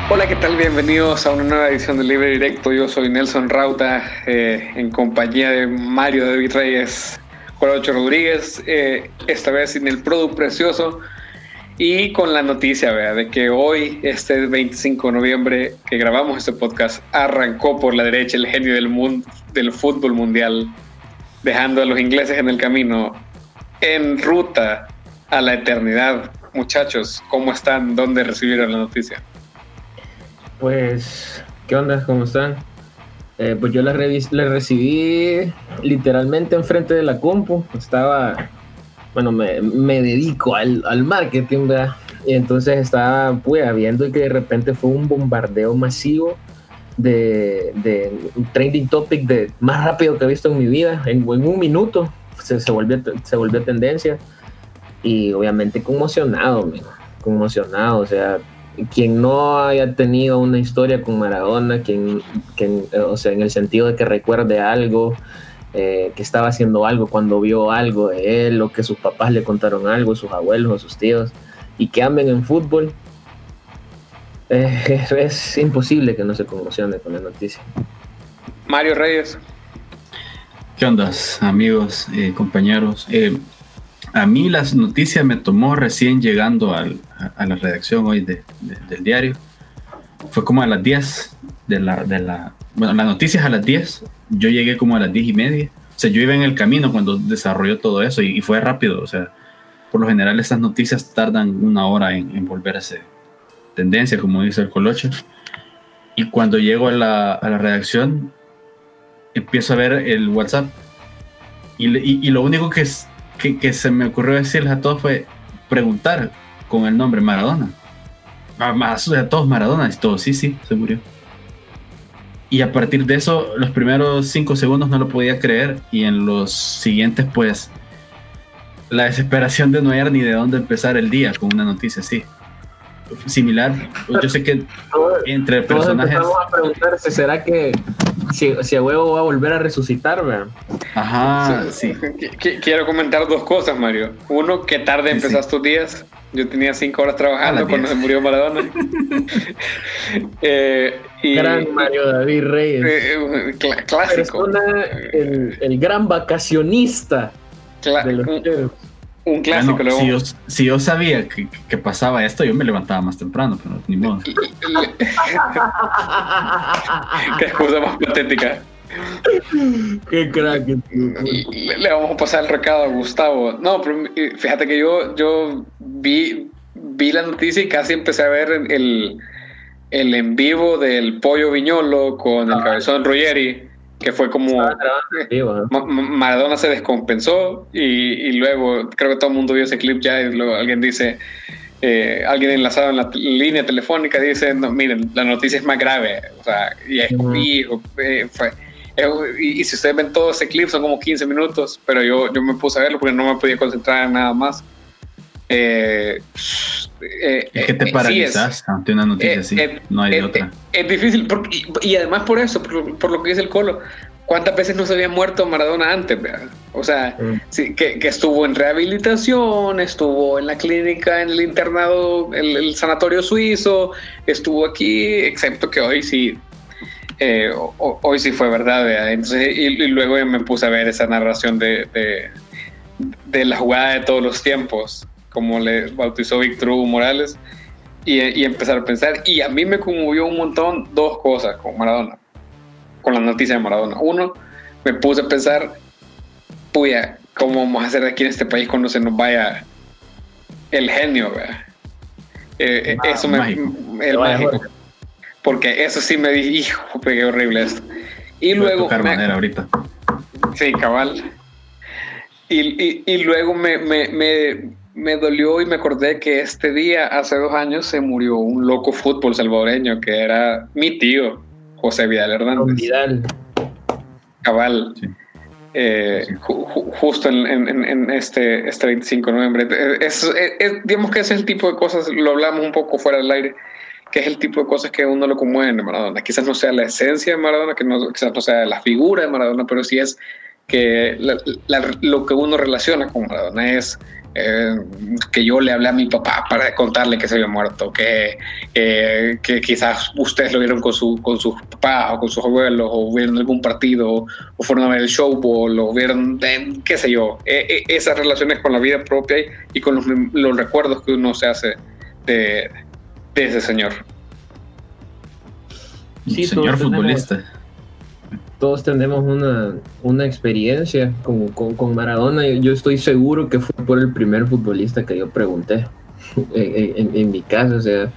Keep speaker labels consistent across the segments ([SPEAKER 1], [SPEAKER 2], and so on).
[SPEAKER 1] Hola, ¿qué tal? Bienvenidos a una nueva edición de Libre Directo. Yo soy Nelson Rauta, en compañía de Mario David Reyes, Colocho Rodríguez, esta vez sin el Produ Precioso, y con la noticia, ¿verdad?, de que hoy, este 25 de noviembre, que grabamos este podcast, arrancó por la derecha el genio del fútbol mundial, dejando a los ingleses en el camino, en ruta a la eternidad. Muchachos, ¿cómo están? ¿Dónde recibieron la noticia?
[SPEAKER 2] Pues, ¿qué onda? ¿Cómo están? Pues yo la recibí literalmente enfrente de la compu. Estaba, bueno, me dedico al marketing, ¿verdad? Y entonces estaba viendo que de repente fue un bombardeo masivo de un trending topic de más rápido que he visto en mi vida. En un minuto se volvió tendencia. Y obviamente conmocionado, o sea, quien no haya tenido una historia con Maradona, o sea, en el sentido de que recuerde algo, que estaba haciendo algo cuando vio algo de él, o que sus papás le contaron algo, sus abuelos o sus tíos, y que amen en fútbol, es imposible que no se conmocione con la noticia.
[SPEAKER 1] Mario Reyes.
[SPEAKER 3] ¿Qué onda, amigos, compañeros? A mí las noticias me tomó recién llegando a la redacción hoy del diario. Fue como a las 10 bueno, las noticias a las 10. Yo llegué como a las 10:30. O sea, yo iba en el camino cuando desarrolló todo eso y fue rápido. O sea, por lo general estas noticias tardan una hora en volverse tendencia, como dice el Colocho. Y cuando llego a la redacción, empiezo a ver el WhatsApp. Y lo único que se me ocurrió decirles a todos fue preguntar con el nombre Maradona. A todos Maradona, y todos, sí, se murió. Y a partir de eso, los primeros 5 segundos no lo podía creer, y en los siguientes, pues, la desesperación de no hallar ni de dónde empezar el día con una noticia así. Similar, yo sé que entre personajes...
[SPEAKER 2] Vamos a preguntarse, ¿será que si a huevo va a volver a resucitar, ¿verdad?
[SPEAKER 3] Ajá, sí.
[SPEAKER 1] Quiero comentar 2 cosas, Mario. Uno, ¿qué tarde empezaste tus días? Yo tenía 5 horas trabajando cuando se murió Maradona.
[SPEAKER 2] Gran Mario David Reyes.
[SPEAKER 1] Clásico.
[SPEAKER 2] El gran vacacionista de los cheros.
[SPEAKER 1] Un clásico.
[SPEAKER 3] Bueno, si yo sabía que pasaba esto, yo me levantaba más temprano, pero ni modo.
[SPEAKER 1] Qué excusa más patética.
[SPEAKER 2] Qué crack.
[SPEAKER 1] Le vamos a pasar el recado a Gustavo. No, pero fíjate que yo vi la noticia y casi empecé a ver el en vivo del Pollo Viñolo con el Cabezón Ruggeri, que fue como Maradona se descompensó y luego creo que todo el mundo vio ese clip ya, y luego alguien dice, alguien enlazado en la línea telefónica dice, no, miren, la noticia es más grave, o sea, y si ustedes ven todo ese clip son como 15 minutos, pero yo me puse a verlo porque no me podía concentrar en nada más.
[SPEAKER 3] Es que te paralizas ante una noticia así, no hay de otra.
[SPEAKER 1] Es difícil, y además por eso, por lo que dice el Colo, ¿cuántas veces no se había muerto Maradona antes, ¿verdad? O sea, sí, que estuvo en rehabilitación, estuvo en la clínica, en el internado, el sanatorio suizo, estuvo aquí, excepto que hoy sí, hoy sí fue verdad, ¿verdad? Entonces, y luego me puse a ver esa narración de la jugada de todos los tiempos, como le bautizó Víctor Hugo Morales, y empezar a pensar, y a mí me conmovió un montón 2 cosas con Maradona, con la noticia de Maradona. Uno, me puse a pensar, puya, ¿cómo vamos a hacer aquí en este país cuando se nos vaya el genio, ¿verdad? Eso el mágico, porque eso sí me dije, hijo, qué horrible esto. Y luego
[SPEAKER 3] ahorita.
[SPEAKER 1] Sí, cabal. Y luego me dolió y me acordé que este día, hace 2 años, se murió un loco fútbol salvadoreño que era mi tío, José Vidal Hernández.
[SPEAKER 2] Vidal.
[SPEAKER 1] Cabal. Sí. Justo en este 25 de noviembre. Digamos que ese es el tipo de cosas, lo hablamos un poco fuera del aire, que es el tipo de cosas que a uno lo conmueven de Maradona. Quizás no sea la esencia de Maradona, quizás no sea la figura de Maradona, pero sí es que lo que uno relaciona con Maradona es que yo le hablé a mi papá para contarle que se había muerto, que quizás ustedes lo vieron con sus papás o con sus abuelos, o vieron algún partido, o fueron a ver el showball, o vieron, qué sé yo, esas relaciones con la vida propia y con los recuerdos que uno se hace de ese señor.
[SPEAKER 3] Sí, señor futbolista.
[SPEAKER 2] Todos tenemos una experiencia con Maradona. Yo estoy seguro que fue por el primer futbolista que yo pregunté en mi casa. O sea,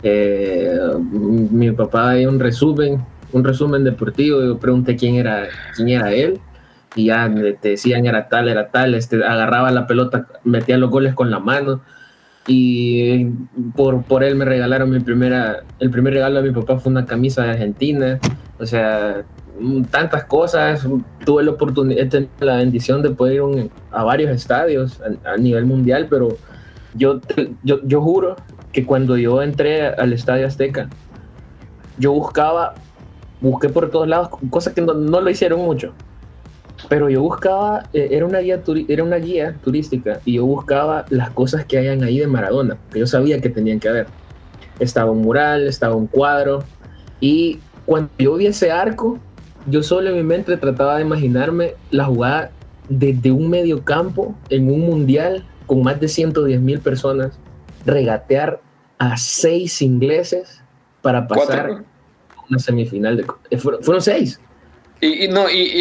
[SPEAKER 2] mi papá hay un resumen deportivo. Yo pregunté quién era él, y ya te decían era tal, agarraba la pelota, metía los goles con la mano. Y por él me regalaron el primer regalo de mi papá fue una camisa de Argentina. O sea, tantas cosas. Tuve la oportunidad, la bendición de poder ir a varios estadios a nivel mundial, pero yo juro que cuando yo entré al Estadio Azteca, yo busqué por todos lados, cosas que no lo hicieron mucho, pero yo buscaba, era una guía turística, y yo buscaba las cosas que hayan ahí de Maradona, que yo sabía que tenían que haber. Estaba un mural, estaba un cuadro, y cuando yo vi ese arco, yo solo en mi mente trataba de imaginarme la jugada desde un medio campo en un mundial con más de 110,000 personas, regatear a 6 ingleses para pasar una semifinal. Fueron 6.
[SPEAKER 1] Y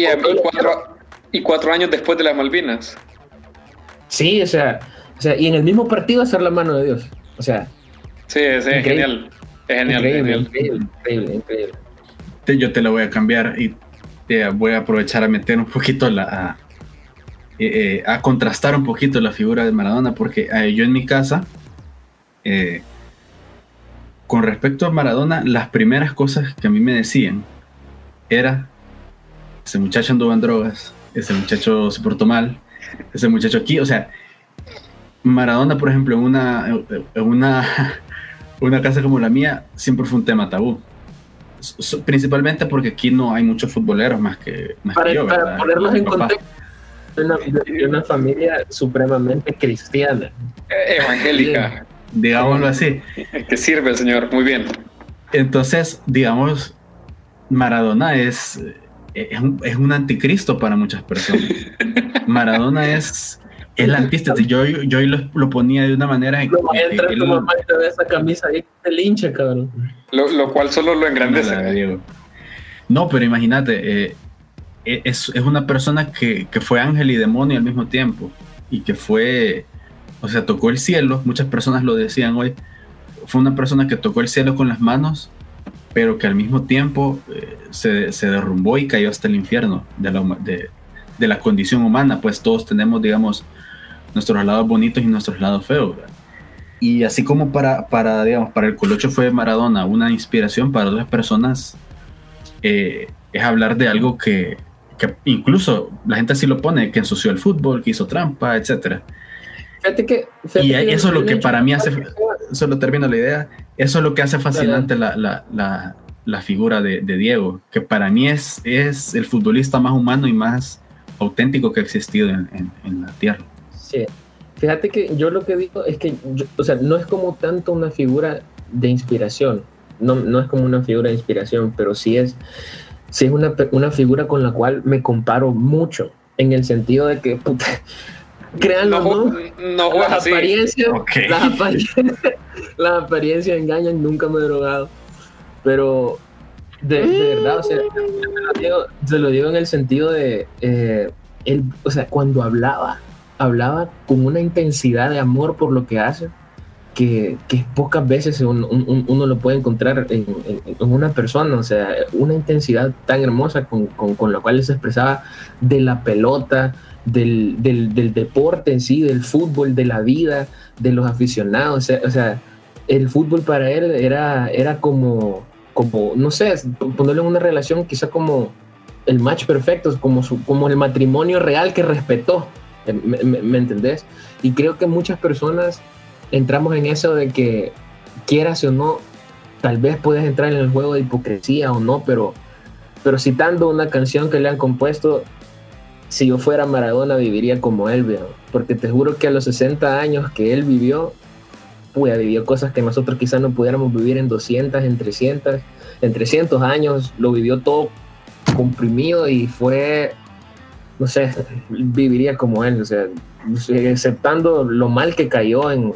[SPEAKER 1] 4 años después de las Malvinas.
[SPEAKER 2] Sí, o sea, y en el mismo partido hacer la mano de Dios. O sea,
[SPEAKER 1] sí, es genial. Es genial.
[SPEAKER 2] Increíble.
[SPEAKER 3] Yo te lo voy a cambiar y te voy a aprovechar a meter un poquito a contrastar un poquito la figura de Maradona, porque yo en mi casa, con respecto a Maradona, las primeras cosas que a mí me decían era: ese muchacho anduvo en drogas, ese muchacho se portó mal, ese muchacho aquí. O sea, Maradona, por ejemplo, en una casa como la mía, siempre fue un tema tabú. Principalmente porque aquí no hay muchos futboleros más que yo, ¿verdad?
[SPEAKER 2] Para ponerlos en contexto, de una familia supremamente cristiana,
[SPEAKER 1] evangélica,
[SPEAKER 3] digámoslo así.
[SPEAKER 1] Que sirve el señor, muy bien.
[SPEAKER 3] Entonces, digamos, Maradona es un anticristo para muchas personas. Maradona es la antítesis. Yo lo ponía de una manera en
[SPEAKER 2] que tu mamá y te ve esa camisa ahí, te lincha, cabrón.
[SPEAKER 1] Lo cual solo lo engrandece.
[SPEAKER 3] No, pero imagínate, es una persona que fue ángel y demonio al mismo tiempo, y que fue, o sea, tocó el cielo. Muchas personas lo decían hoy. Fue una persona que tocó el cielo con las manos, pero que al mismo tiempo se derrumbó y cayó hasta el infierno de la condición humana. Pues todos tenemos, digamos, nuestros lados bonitos y nuestros lados feos, ¿verdad? Y así como para el Colocho fue Maradona una inspiración, para otras personas es hablar de algo que incluso la gente así lo pone, que ensució el fútbol, que hizo trampa, etcétera. Y eso es lo que para mí hace, solo termino la idea, eso es lo que hace fascinante la figura de Diego, que para mí es el futbolista más humano y más auténtico que ha existido en la tierra. Sí.
[SPEAKER 2] Fíjate que yo lo que digo es que, o sea, no es como tanto una figura de inspiración, no es como una figura de inspiración, pero sí es una figura con la cual me comparo mucho, en el sentido de que, puta, créanlo,
[SPEAKER 1] no
[SPEAKER 2] las apariencias engañan. Nunca me he drogado, pero de verdad, o sea, se lo digo en el sentido de él, o sea, cuando hablaba con una intensidad de amor por lo que hace, que pocas veces uno lo puede encontrar en una persona. O sea, una intensidad tan hermosa con la cual se expresaba de la pelota, del deporte en sí, del fútbol, de la vida, de los aficionados. O sea, el fútbol para él era como, no sé, ponerlo en una relación quizá como el match perfecto, como el matrimonio real que respetó. ¿Me entendés? Y creo que muchas personas entramos en eso de que, quieras o no, tal vez puedes entrar en el juego de hipocresía o no, pero citando una canción que le han compuesto, si yo fuera Maradona viviría como él, viejo. Porque te juro que a los 60 años que él vivió, vivió cosas que nosotros quizás no pudiéramos vivir en 200, en 300 años. Lo vivió todo comprimido y fue, no sé, viviría como él. O sea, aceptando lo mal que cayó en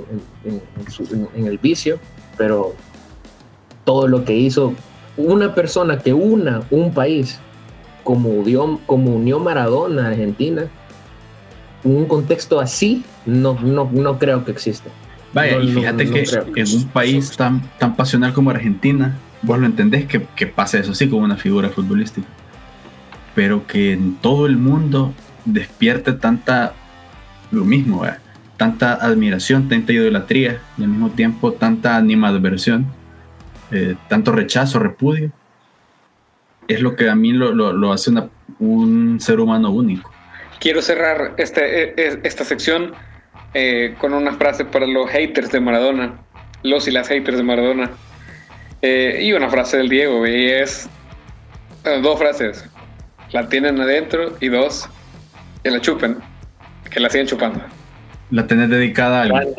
[SPEAKER 2] el vicio, pero todo lo que hizo una persona que un país como unió Maradona a Argentina, en un contexto así, no creo que exista.
[SPEAKER 3] Vaya, y fíjate que en un país tan pasional como Argentina, vos lo entendés que pase eso así como una figura futbolística, pero que en todo el mundo despierte lo mismo, tanta admiración, tanta idolatría y al mismo tiempo tanta animadversión, tanto rechazo, repudio, es lo que a mí lo hace un ser humano único.
[SPEAKER 1] Quiero cerrar esta sección con una frase para los haters de Maradona, los y las haters de Maradona, y una frase del Diego, y es 2 frases: la tienen adentro, y 2, que la chupen, que la sigan chupando.
[SPEAKER 3] La tenés dedicada a alguien.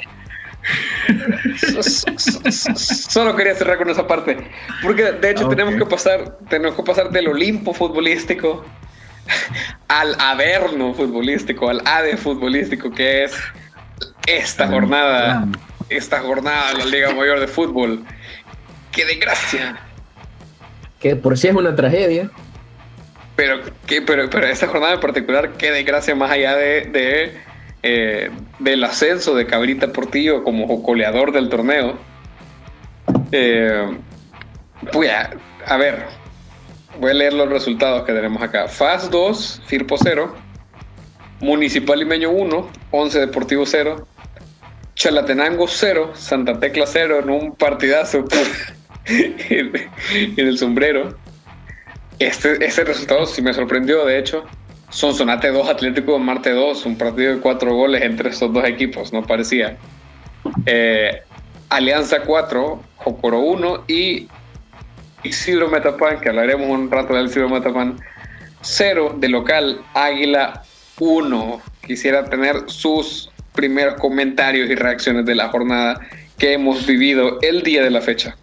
[SPEAKER 1] Solo quería cerrar con esa parte, porque de hecho tenemos que pasar del Olimpo futbolístico al Averno futbolístico, al ADE futbolístico, que es esta jornada de la Liga Mayor de Fútbol. ¡Qué desgracia!
[SPEAKER 2] Que por sí es una tragedia.
[SPEAKER 1] Pero esta jornada en particular, qué desgracia, más allá del ascenso de Cabrita Portillo como goleador del torneo. A ver, voy a leer los resultados que tenemos acá. FAS 2, Firpo 0, Municipal Limeño 1, 11 Deportivo 0, Chalatenango 0, Santa Tecla 0 en un partidazo en el sombrero. Este resultado sí me sorprendió, de hecho. Sonsonate 2, Atlético de Marte 2, un partido de 4 goles entre estos dos equipos, no parecía. Alianza 4, Jocoro 1 y Isidro Metapán, que hablaremos un rato del Isidro Metapán, 0 de local, Águila 1. Quisiera tener sus primeros comentarios y reacciones de la jornada que hemos vivido el día de la fecha.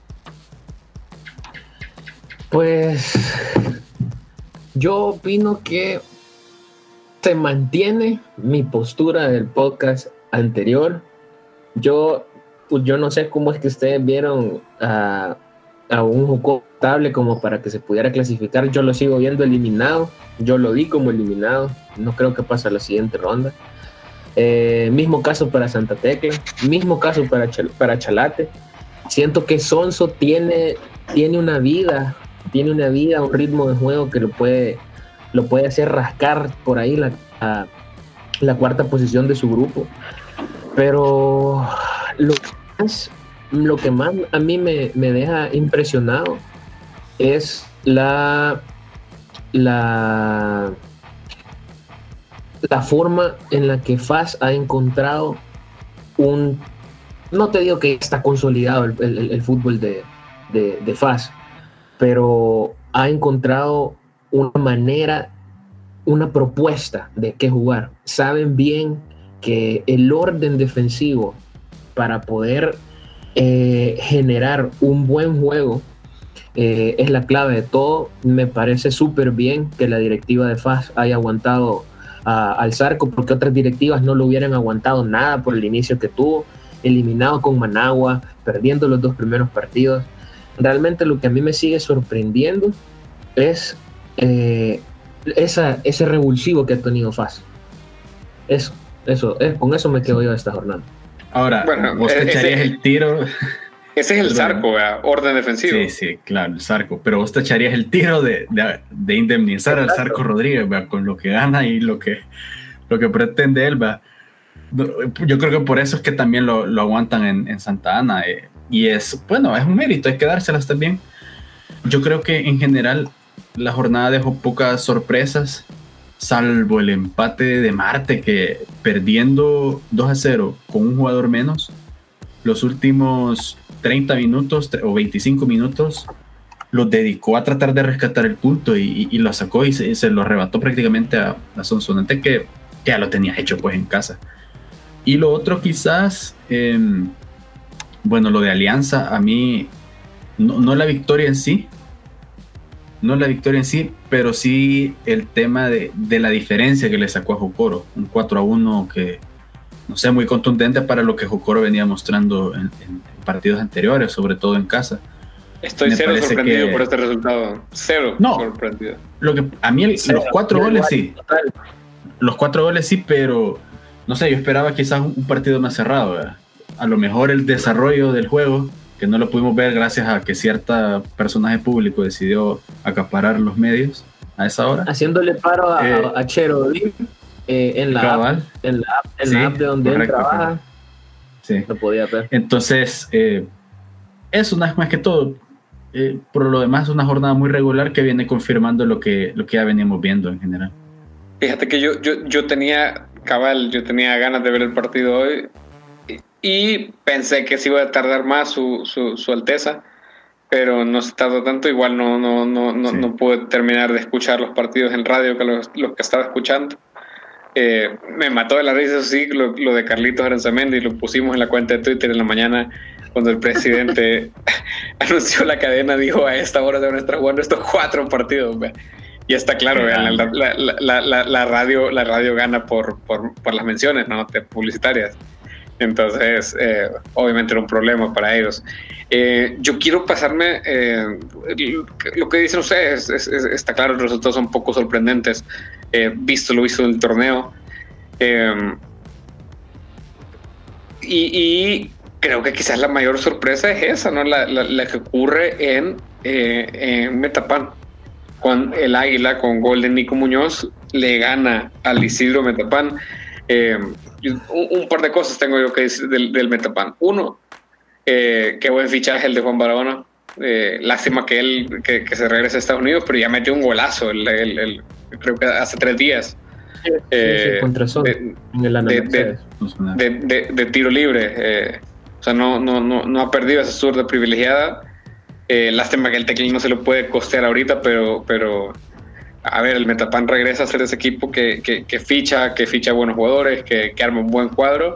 [SPEAKER 2] Pues yo opino que se mantiene mi postura del podcast anterior. Yo no sé cómo es que ustedes vieron a un Jocoro estable como para que se pudiera clasificar. Yo lo sigo viendo eliminado. Yo lo di como eliminado. No creo que pase a la siguiente ronda. Mismo caso para Santa Tecla. Mismo caso para Chalate. Siento que Sonso tiene una vida, un ritmo de juego que lo puede hacer rascar por ahí la cuarta posición de su grupo. Pero lo que más a mí me deja impresionado es la forma en la que FAS ha encontrado no te digo que está consolidado el fútbol de FAS, pero ha encontrado una manera, una propuesta de qué jugar. Saben bien que el orden defensivo para poder generar un buen juego es la clave de todo. Me parece súper bien que la directiva de FAS haya aguantado al Zarco, porque otras directivas no lo hubieran aguantado nada por el inicio que tuvo, eliminado con Managua, perdiendo los 2 primeros partidos. Realmente lo que a mí me sigue sorprendiendo es ese revulsivo que ha tenido FAS. Con eso me quedo yo de esta jornada.
[SPEAKER 3] Ahora, bueno, vos te echarías el tiro.
[SPEAKER 1] Ese es el Zarco, orden defensivo.
[SPEAKER 3] Sí, claro, el Zarco. Pero vos te echarías el tiro de indemnizar al Zarco Rodríguez, ¿verdad? Con lo que gana y lo que pretende él, ¿verdad? Yo creo que por eso es que también lo aguantan en Santa Ana. Y es un mérito, hay que dárselas también. Yo creo que en general la jornada dejó pocas sorpresas, salvo el empate de Marte, que perdiendo 2-0 con un jugador menos, los últimos 30 minutos o 25 minutos lo dedicó a tratar de rescatar el punto y lo sacó y se lo arrebató prácticamente a Sonsonate, que ya lo tenía hecho pues en casa. Y lo otro quizás, bueno, lo de Alianza, a mí, no la victoria en sí, pero sí el tema de la diferencia que le sacó a Jocoro, un 4-1 que, no sé, muy contundente para lo que Jocoro venía mostrando en partidos anteriores, sobre todo en casa.
[SPEAKER 1] Estoy cero sorprendido por este resultado. Cero sorprendido.
[SPEAKER 3] Lo que, a mí los 4 goles sí. Los 4 goles sí, pero no sé, yo esperaba quizás un partido más cerrado, ¿verdad? A lo mejor el desarrollo del juego, que no lo pudimos ver gracias a que cierta personaje público decidió acaparar los medios a esa hora.
[SPEAKER 2] Haciéndole paro a Chero en la app de donde él trabaja.
[SPEAKER 3] Sí.
[SPEAKER 2] Lo podía ver.
[SPEAKER 3] Entonces, eso más que todo. Por lo demás, una jornada muy regular que viene confirmando lo que ya veníamos viendo en general.
[SPEAKER 1] Fíjate que yo tenía ganas de ver el partido hoy y pensé que se iba a tardar más su Alteza, pero no se tardó tanto. Igual no pude terminar de escuchar los partidos en radio que los que estaba escuchando. Me mató de la risa, eso sí, lo de Carlitos Aranzamendi, lo pusimos en la cuenta de Twitter en la mañana cuando el presidente anunció la cadena. Dijo: a esta hora se van a estar jugando estos 4 partidos, ¿ve? Y está claro, la radio gana por las menciones, ¿no?, publicitarias. Entonces, obviamente era un problema para ellos. Yo quiero pasarme, lo que dicen ustedes, está claro, los resultados son poco sorprendentes, visto lo visto del torneo. Y creo que quizás la mayor sorpresa es esa, ¿no? La que ocurre en Metapan. Con el Águila, con gol de Nico Muñoz, le gana al Isidro Metapan. Un par de cosas tengo yo que decir del Metapan. Uno, qué buen fichaje el de Juan Barahona. Lástima que se regrese a Estados Unidos, pero ya metió un golazo creo que hace 3 días.
[SPEAKER 2] Contra Son, en el
[SPEAKER 1] de tiro libre. O sea, no ha perdido esa zurda privilegiada. Lástima que el Tequil no se lo puede costear ahorita, pero a ver, el Metapan regresa a ser ese equipo que ficha buenos jugadores, que arma un buen cuadro.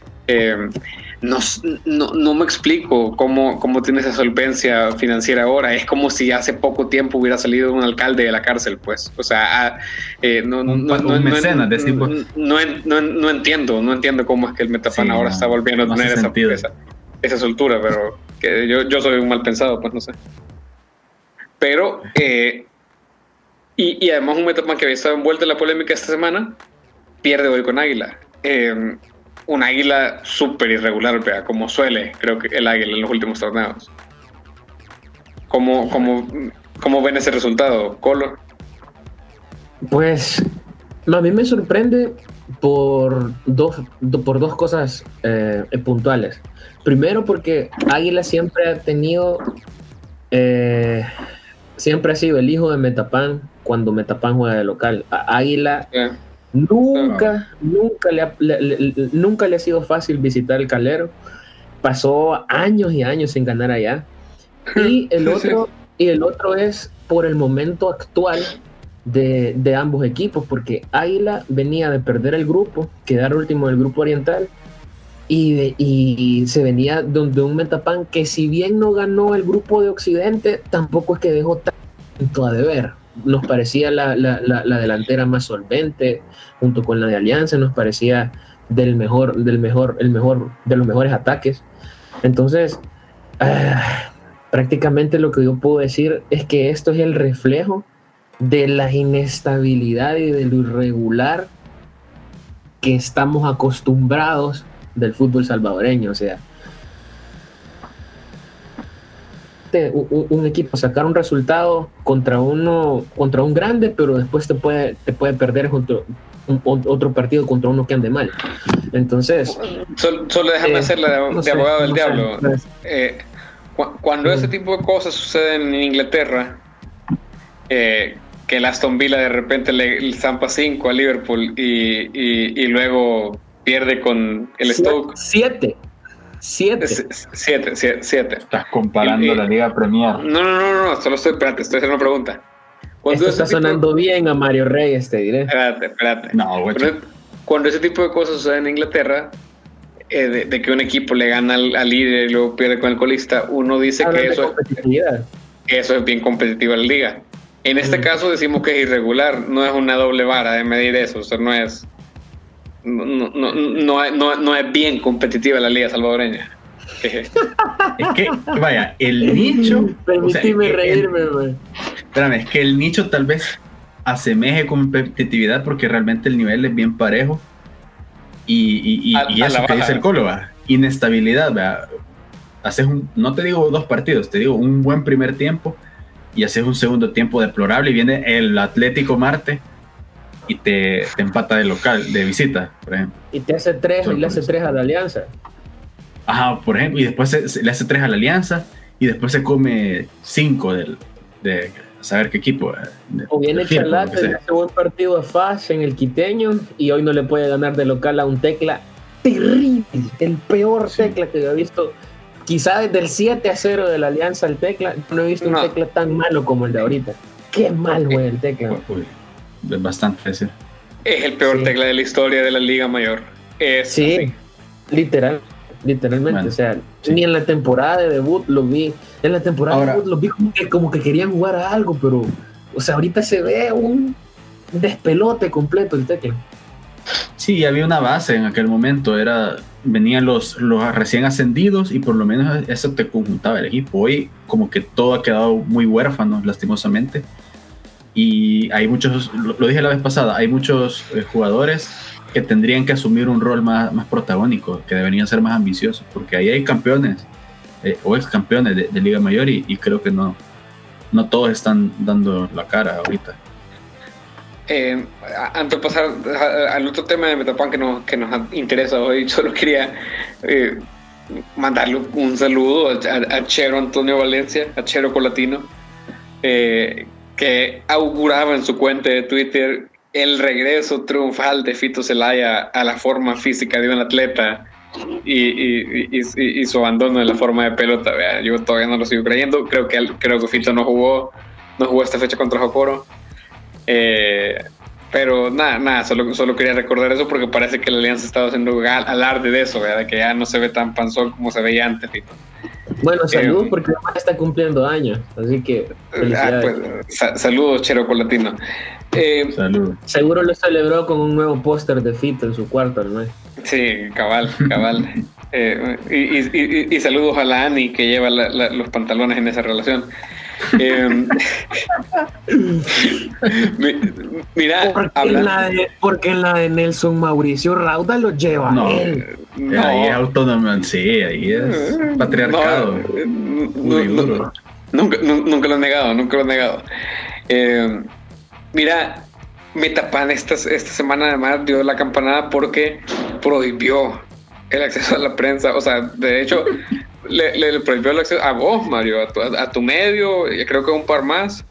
[SPEAKER 1] No me explico cómo tiene esa solvencia financiera ahora. Es como si hace poco tiempo hubiera salido un alcalde de la cárcel, pues. O sea,
[SPEAKER 3] un mecenas de ese tipo.
[SPEAKER 1] No entiendo cómo es que el Metapan ahora está volviendo a tener esa soltura, pero que yo soy un mal pensado, pues no sé. Pero y además un Metapan que había estado envuelto en la polémica esta semana pierde hoy con Águila. Un Águila súper irregular, ¿verdad? Como suele, creo que el Águila en los últimos torneos. ¿Cómo ven ese resultado, Colo?
[SPEAKER 2] Pues a mí me sorprende por dos cosas puntuales. Primero, porque Águila siempre ha sido el hijo de Metapan cuando Metapan juega de local. A Águila nunca le ha sido fácil visitar el Calero. Pasó años y años sin ganar allá. Y el otro es por el momento actual de ambos equipos, porque Águila venía de perder el grupo, quedar último del grupo oriental, y se venía de un Metapan que, si bien no ganó el grupo de Occidente, tampoco es que dejó tanto a deber. Nos parecía la delantera más solvente, junto con la de Alianza, nos parecía de los mejores ataques. Entonces, prácticamente lo que yo puedo decir es que esto es el reflejo de la inestabilidad y de lo irregular que estamos acostumbrados del fútbol salvadoreño. O sea, un equipo sacar un resultado contra un grande, pero después te puede perder junto otro partido contra uno que ande mal. Entonces,
[SPEAKER 1] solo déjame hacer de abogado del diablo. Cuando ese tipo de cosas suceden en Inglaterra, que el Aston Villa de repente le zampa 5 a Liverpool y luego pierde con el Stoke.
[SPEAKER 2] 7. 7.
[SPEAKER 1] 7.
[SPEAKER 3] Estás comparando la Liga Premier.
[SPEAKER 1] No, solo estoy haciendo una pregunta.
[SPEAKER 2] Esto está sonando bien a Mario Reyes, te diré.
[SPEAKER 1] Espérate.
[SPEAKER 3] No, güey.
[SPEAKER 1] Cuando ese tipo de cosas suceden en Inglaterra, de que un equipo le gana al líder y luego pierde con el colista, uno dice que eso es bien competitivo en la liga. En este caso decimos que es irregular, no es una doble vara de medir eso, o sea, no es bien competitiva la liga salvadoreña.
[SPEAKER 3] Es que, vaya, el nicho...
[SPEAKER 2] Permíteme reírme, güey.
[SPEAKER 3] Espérame, es que el nicho tal vez asemeje competitividad porque realmente el nivel es bien parejo y eso que dice el Colo, ¿va? Inestabilidad, ¿va? Haces no te digo 2 partidos, te digo un buen primer tiempo y haces un segundo tiempo deplorable y viene el Atlético Marte y te empata de local, de visita, por ejemplo.
[SPEAKER 2] Y te hace 3 y le hace 3 a la Alianza.
[SPEAKER 3] Ajá, por ejemplo, y después le hace 3 a la Alianza y después se come 5 de saber qué equipo.
[SPEAKER 2] O viene Charlate y hace buen partido a FAS en el Quiteño y hoy no le puede ganar de local a un Tecla terrible, el peor Tecla que he visto. Quizá desde el 7-0 de la Alianza al Tecla, no he visto un Tecla tan malo como el de ahorita. Qué mal, güey, el Tecla.
[SPEAKER 3] Es bastante decir.
[SPEAKER 1] Es el peor Tecla de la historia de la Liga Mayor.
[SPEAKER 2] Sí, así. Literalmente, bueno, o sea, ni en la temporada de debut lo vi. En la temporada de debut lo vi como que querían jugar a algo, pero, o sea, ahorita se ve un despelote completo el Tecla.
[SPEAKER 3] Sí, había una base en aquel momento, venían los recién ascendidos y por lo menos eso te conjuntaba el equipo. Hoy como que todo ha quedado muy huérfano, lastimosamente, y hay muchos, lo dije la vez pasada, hay muchos jugadores que tendrían que asumir un rol más protagónico, que deberían ser más ambiciosos, porque ahí hay campeones o ex campeones de Liga Mayor y creo que no todos están dando la cara ahorita.
[SPEAKER 1] Antes de pasar al otro tema de Metapan que nos interesa hoy, solo quería mandarle un saludo a Chero Antonio Valencia, a Chero Colatino, que auguraba en su cuenta de Twitter el regreso triunfal de Fito Zelaya a la forma física de un atleta y su abandono de la forma de pelota. ¿Vea? Yo todavía no lo sigo creyendo. Creo que Fito no jugó esta fecha contra Jocoro. Pero nada, solo quería recordar eso porque parece que la Alianza estaba haciendo alarde de eso, ¿verdad? Que ya no se ve tan panzón como se veía antes, Fito.
[SPEAKER 2] Bueno, saludos porque además está cumpliendo años, así que
[SPEAKER 1] saludos, Chero Colatino.
[SPEAKER 3] Saludos.
[SPEAKER 2] Seguro lo celebró con un nuevo póster de Fito en su cuarto, ¿no?
[SPEAKER 1] Sí, cabal. Y saludos a la Ani que lleva los pantalones en esa relación. Mira,
[SPEAKER 2] porque en la de Nelson Mauricio Rauda lo lleva él.
[SPEAKER 3] Ahí es autónomo, sí, ahí es patriarcado.
[SPEAKER 1] Nunca lo he negado. Mira, Metapan esta semana además dio la campanada porque prohibió el acceso a la prensa. O sea, de hecho, le prohibió el acceso a vos, Mario, a tu medio, y creo que a un par más.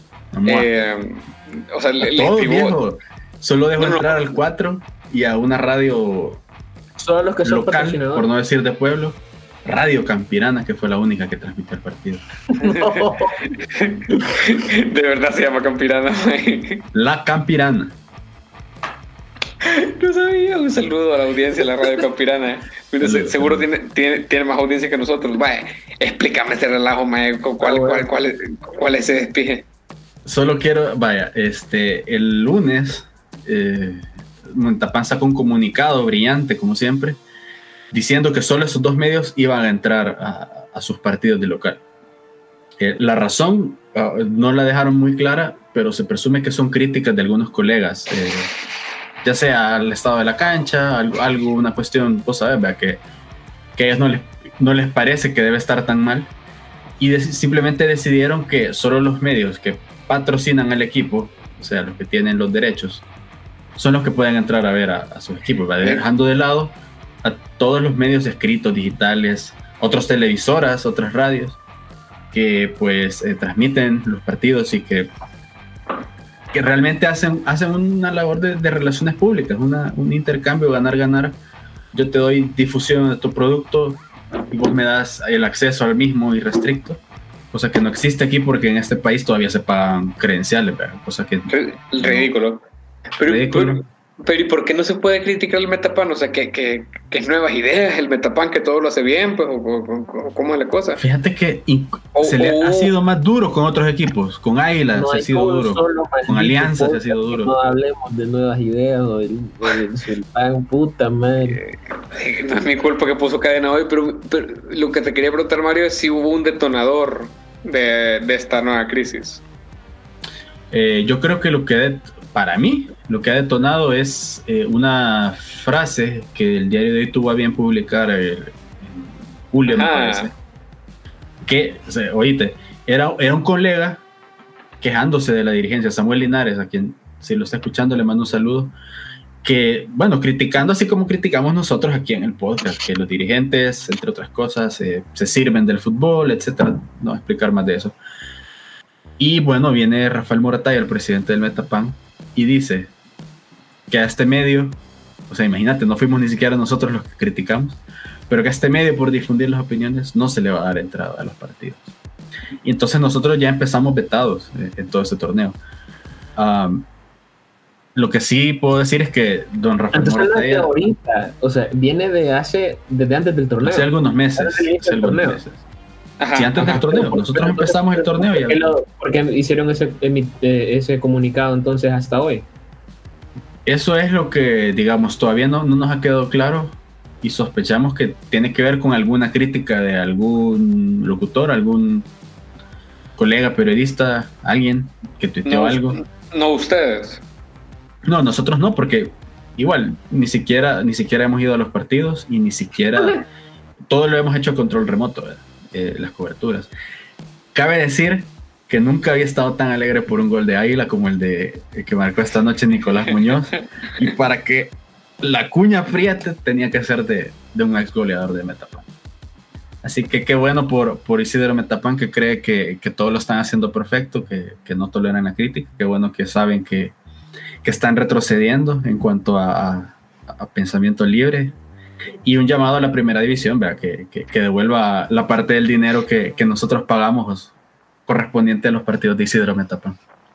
[SPEAKER 1] O sea, le
[SPEAKER 3] privó. Solo dejó entrar al 4 y a una radio
[SPEAKER 2] solo los que son
[SPEAKER 3] local, por no decir de pueblo, Radio Campirana, que fue la única que transmitió el partido.
[SPEAKER 1] No. De verdad se llama Campirana.
[SPEAKER 3] La Campirana.
[SPEAKER 1] No sabía. Un saludo a la audiencia de la Radio Campirana. Seguro tiene más audiencia que nosotros. Vaya, explícame este relajo, mae. ¿Cuál es ese despije?
[SPEAKER 3] Solo quiero, el lunes Metapan sacó un comunicado brillante, como siempre, diciendo que solo esos 2 medios iban a entrar a sus partidos de local. La razón no la dejaron muy clara, pero se presume que son críticas de algunos colegas, ya sea al estado de la cancha, algo una cuestión, vos sabés, que a ellos no les parece que debe estar tan mal, y simplemente decidieron que solo los medios que patrocinan al equipo, o sea, los que tienen los derechos, son los que pueden entrar a ver a sus equipos, dejando de lado a todos los medios escritos, digitales, otras televisoras, otras radios que pues transmiten los partidos y que realmente hacen una labor de relaciones públicas, un intercambio ganar-ganar. Yo te doy difusión de tu producto, y vos me das el acceso al mismo irrestricto, cosa que no existe aquí porque en este país todavía se pagan credenciales, ¿verdad? Cosa que
[SPEAKER 1] ridículo. Pero ¿y por qué no se puede criticar el Metapan? O sea, que es nuevas ideas, el Metapan que todo lo hace bien, pues, o cómo es la cosa.
[SPEAKER 3] Fíjate que ha sido más duro con otros equipos, con Águilas se ha sido duro, con Alianza se ha sido duro.
[SPEAKER 2] No hablemos de nuevas ideas o del Sultán, puta madre.
[SPEAKER 1] No es mi culpa que puso cadena hoy, pero lo que te quería preguntar, Mario, es si hubo un detonador de esta nueva crisis.
[SPEAKER 3] Yo creo que para mí, lo que ha detonado es una frase que el diario de hoy tuvo a bien publicar en julio, me parece. Que, oíste, era un colega quejándose de la dirigencia, Samuel Linares, a quien, si lo está escuchando, le mando un saludo, que, bueno, criticando así como criticamos nosotros aquí en el podcast, que los dirigentes, entre otras cosas, se sirven del fútbol, etcétera. No voy a explicar más de eso. Y bueno, viene Rafael Morataya, el presidente del Metapan, y dice que a este medio, o sea, imagínate, no fuimos ni siquiera nosotros los que criticamos, pero que a este medio, por difundir las opiniones, no se le va a dar entrada a los partidos. Y entonces nosotros ya empezamos vetados en todo ese torneo. Lo que sí puedo decir es que don Rafael Morataya,
[SPEAKER 2] ahorita, o sea, viene desde antes del torneo.
[SPEAKER 3] Hace algunos meses.
[SPEAKER 1] Ajá,
[SPEAKER 3] sí, antes del torneo. Nosotros empezamos el torneo ya.
[SPEAKER 2] ¿Por qué hicieron ese comunicado entonces hasta hoy?
[SPEAKER 3] Eso es lo que, digamos, todavía no nos ha quedado claro y sospechamos que tiene que ver con alguna crítica de algún locutor, algún colega periodista, alguien que tuiteó algo.
[SPEAKER 1] No ustedes.
[SPEAKER 3] No, nosotros no, porque igual ni siquiera hemos ido a los partidos y ni siquiera todo lo hemos hecho a control remoto, las coberturas. Cabe decir que nunca había estado tan alegre por un gol de Águila como el que marcó esta noche Nicolás Muñoz, y para que la cuña fría tenía que ser de un ex goleador de Metapan. Así que qué bueno por Isidro Metapan, que cree que todo lo están haciendo perfecto, que no toleran la crítica. Qué bueno que saben que están retrocediendo en cuanto a pensamiento libre, y un llamado a la primera división, ¿verdad? Que devuelva la parte del dinero que nosotros pagamos correspondiente a los partidos de Isidro Metapan.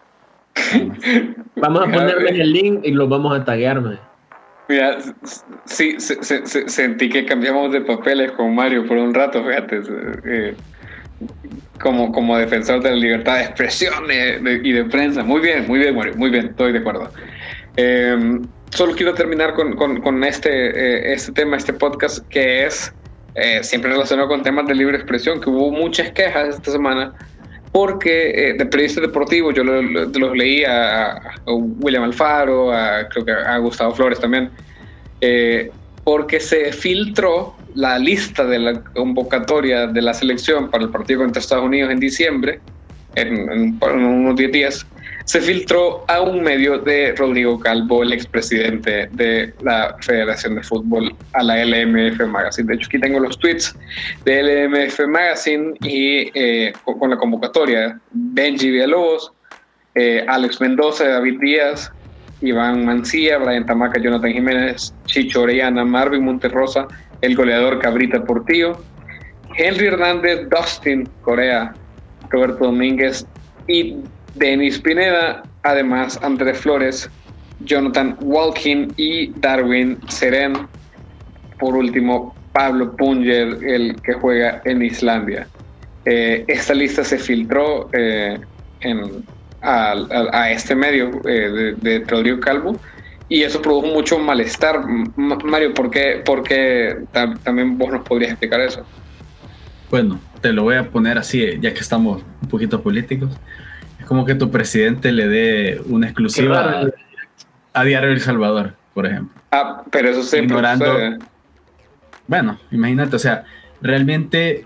[SPEAKER 2] Vamos a ponerles el link y los vamos a taguearme.
[SPEAKER 1] Mira, sí, sentí que cambiamos de papeles con Mario por un rato, fíjate, como defensor de la libertad de expresión y de prensa. Muy bien, Mario, muy bien, estoy de acuerdo. Solo quiero terminar con este tema, este podcast, que es siempre relacionado con temas de libre expresión, que hubo muchas quejas esta semana, porque de periodistas deportivos, yo los leí a William Alfaro, creo que a Gustavo Flores también, porque se filtró la lista de la convocatoria de la selección para el partido contra Estados Unidos en diciembre, en unos 10 días, se filtró a un medio de Rodrigo Calvo, el expresidente de la Federación de Fútbol, a la LMF Magazine. De hecho, aquí tengo los tweets de LMF Magazine y con la convocatoria: Benji Villalobos, Alex Mendoza, David Díaz, Iván Mancilla, Brian Tamaca, Jonathan Jiménez, Chicho Orellana, Marvin Monterrosa, el goleador Cabrita Portillo, Henry Hernández, Dustin Correa, Roberto Domínguez y Denis Pineda, además Andrés Flores, Jonathan Walkin y Darwin Seren. Por último, Pablo Punger, el que juega en Islandia. Esta lista se filtró a este medio de Rodrigo Calvo, y eso produjo mucho malestar. Mario, ¿por qué también vos nos podrías explicar eso?
[SPEAKER 3] Bueno, te lo voy a poner así, ya que estamos un poquito políticos. Es como que tu presidente le dé una exclusiva a Diario El Salvador, por ejemplo.
[SPEAKER 1] Pero eso siempre
[SPEAKER 3] ignorando. Bueno, imagínate, o sea, realmente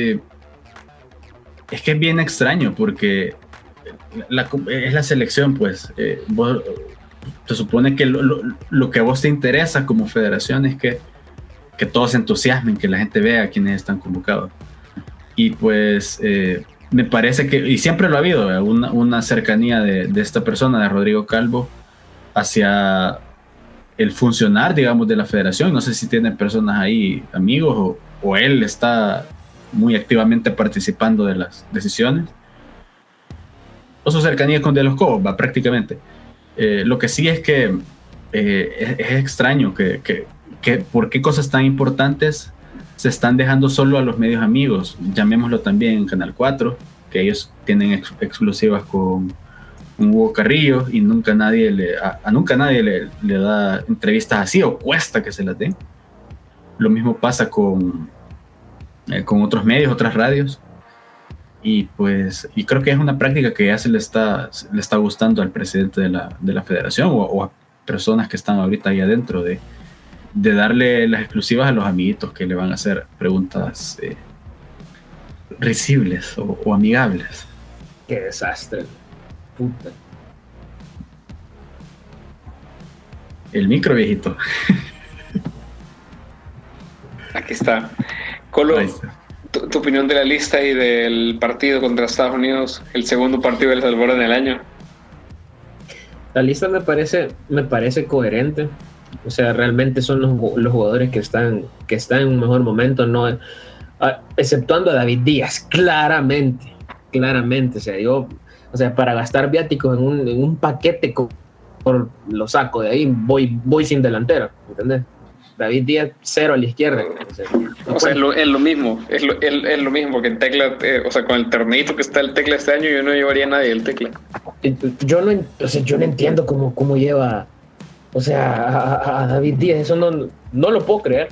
[SPEAKER 3] es que es bien extraño, porque es la selección, pues. Se supone que lo que a vos te interesa como federación es que todos se entusiasmen, que la gente vea a quienes están convocados. Y pues me parece que, y siempre lo ha habido, una cercanía de esta persona, de Rodrigo Calvo, hacia el funcionar, digamos, de la federación. No sé si tienen personas ahí, amigos o él está muy activamente participando de las decisiones, o su cercanía con De los Cobos, va, prácticamente. Lo que sí es que es extraño que por qué cosas tan importantes se están dejando solo a los medios amigos, llamémoslo también en Canal 4, que ellos tienen exclusivas con Hugo Carrillo y nunca nadie le da entrevistas así, o cuesta que se las den. Lo mismo pasa con otros medios, otras radios, y creo que es una práctica que ya le está gustando al presidente de la federación o a personas que están ahorita ahí adentro de darle las exclusivas a los amiguitos que le van a hacer preguntas risibles o amigables.
[SPEAKER 2] Qué desastre. Puta.
[SPEAKER 3] El micro, viejito.
[SPEAKER 1] Aquí está. Colo, tu opinión de la lista y del partido contra Estados Unidos, el segundo partido de El Salvador en el año.
[SPEAKER 2] La lista me parece coherente. O sea, realmente son los jugadores que están en un mejor momento, no, exceptuando a David Díaz, claramente. O sea, para gastar viáticos en un paquete por lo saco de ahí, voy sin delantero, ¿entendés? David Díaz, 0 a la izquierda.
[SPEAKER 1] O sea, es lo mismo, es lo mismo que en Tecla, o sea, con el torneito que está el Tecla este año, yo no llevaría a nadie el Tecla.
[SPEAKER 2] Yo no entiendo cómo lleva, o sea, a David Díaz, eso no lo puedo creer,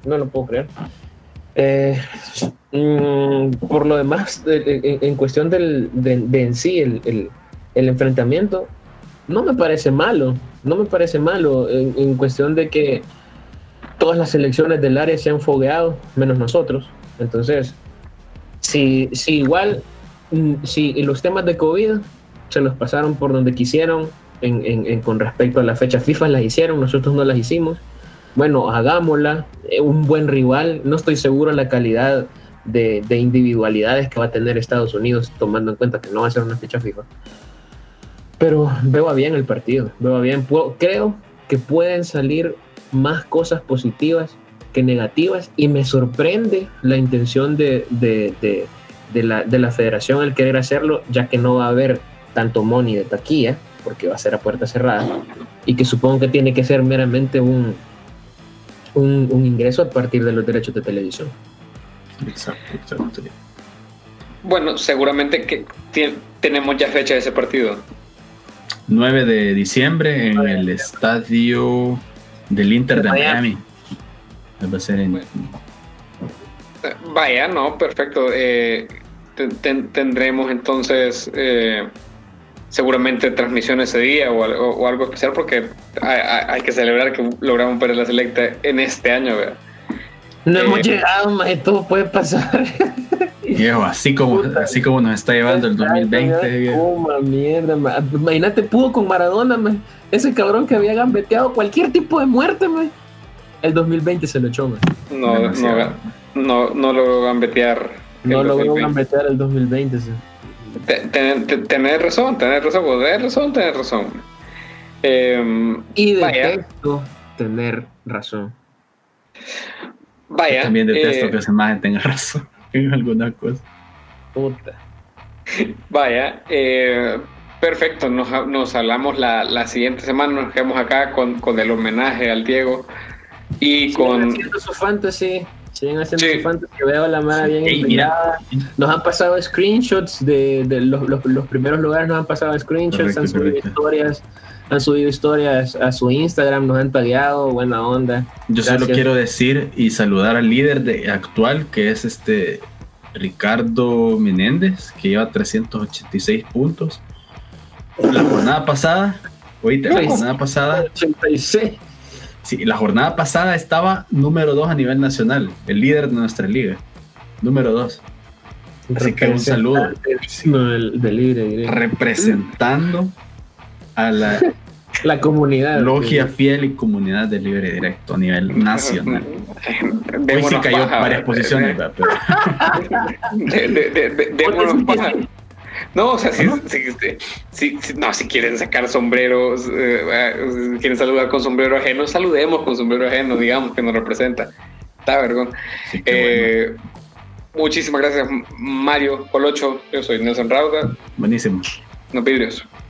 [SPEAKER 2] por lo demás, en cuestión de en sí, el enfrentamiento, no me parece malo, en cuestión de que todas las selecciones del área se han fogueado, menos nosotros. Entonces, si los temas de COVID se los pasaron por donde quisieron con respecto a la fecha FIFA, las hicieron, nosotros no las hicimos. Bueno, hagámosla, un buen rival. No estoy seguro de la calidad de individualidades que va a tener Estados Unidos, tomando en cuenta que no va a ser una fecha FIFA. Pero veo bien el partido, creo que pueden salir más cosas positivas que negativas, y me sorprende la intención de la federación el querer hacerlo, ya que no va a haber tanto money de taquilla, porque va a ser a puerta cerrada, y que supongo que tiene que ser meramente un ingreso a partir de los derechos de televisión.
[SPEAKER 3] Exacto.
[SPEAKER 1] Bueno, seguramente que tenemos ya fecha de ese partido.
[SPEAKER 3] 9 de diciembre en el estadio del Inter de Miami. Va a ser
[SPEAKER 1] Vaya, no, perfecto. Tendremos entonces seguramente transmisión ese día o algo especial, porque hay que celebrar que logramos ver la selecta en este año, ¿verdad?
[SPEAKER 2] No hemos llegado, más todo puede pasar.
[SPEAKER 3] Viejo, así como nos está llevando el 2020.
[SPEAKER 2] Mierda, imagínate, pudo con Maradona, man. Ese cabrón que había gambeteado cualquier tipo de muerte, man. El 2020 se lo echó, man.
[SPEAKER 1] No logró gambetear.
[SPEAKER 2] No logró gambetear el 2020, sí.
[SPEAKER 1] Tener razón.
[SPEAKER 2] Y detesto tener razón.
[SPEAKER 1] Vaya.
[SPEAKER 3] Yo también detesto que esa imagen tenga razón en alguna cosa.
[SPEAKER 2] Puta.
[SPEAKER 1] Vaya, perfecto. Nos hablamos la siguiente semana. Nos quedamos acá con el homenaje al Diego y
[SPEAKER 2] siguen haciendo su fantasy. Su fantasy. Veo la mara bien
[SPEAKER 3] empleada.
[SPEAKER 2] Nos han pasado screenshots de los primeros lugares. Nos han pasado screenshots. Han subido historias a su Instagram, nos han tagueado, buena onda.
[SPEAKER 3] Yo
[SPEAKER 2] Gracias.
[SPEAKER 3] solo quiero decir y saludar al líder actual, que es Ricardo Menéndez, que lleva 386 puntos. La jornada pasada,
[SPEAKER 2] la
[SPEAKER 3] jornada pasada estaba número 2 a nivel nacional, el líder de nuestra liga, número 2. Así que un saludo.
[SPEAKER 2] De libre,
[SPEAKER 3] representando a la
[SPEAKER 2] comunidad,
[SPEAKER 3] logia fiel y comunidad de Libre Directo a nivel nacional. Hoy sí cayó varias posiciones, pero
[SPEAKER 1] démonos paja. No, o sea, si quieren sacar sombreros, quieren saludar con sombrero ajeno, saludemos con sombrero ajeno, digamos que nos representa. Está vergón.
[SPEAKER 3] Sí, bueno.
[SPEAKER 1] Muchísimas gracias, Mario Colocho. Yo soy Nelson Rauda.
[SPEAKER 3] Buenísimo.
[SPEAKER 1] Nos vidrios.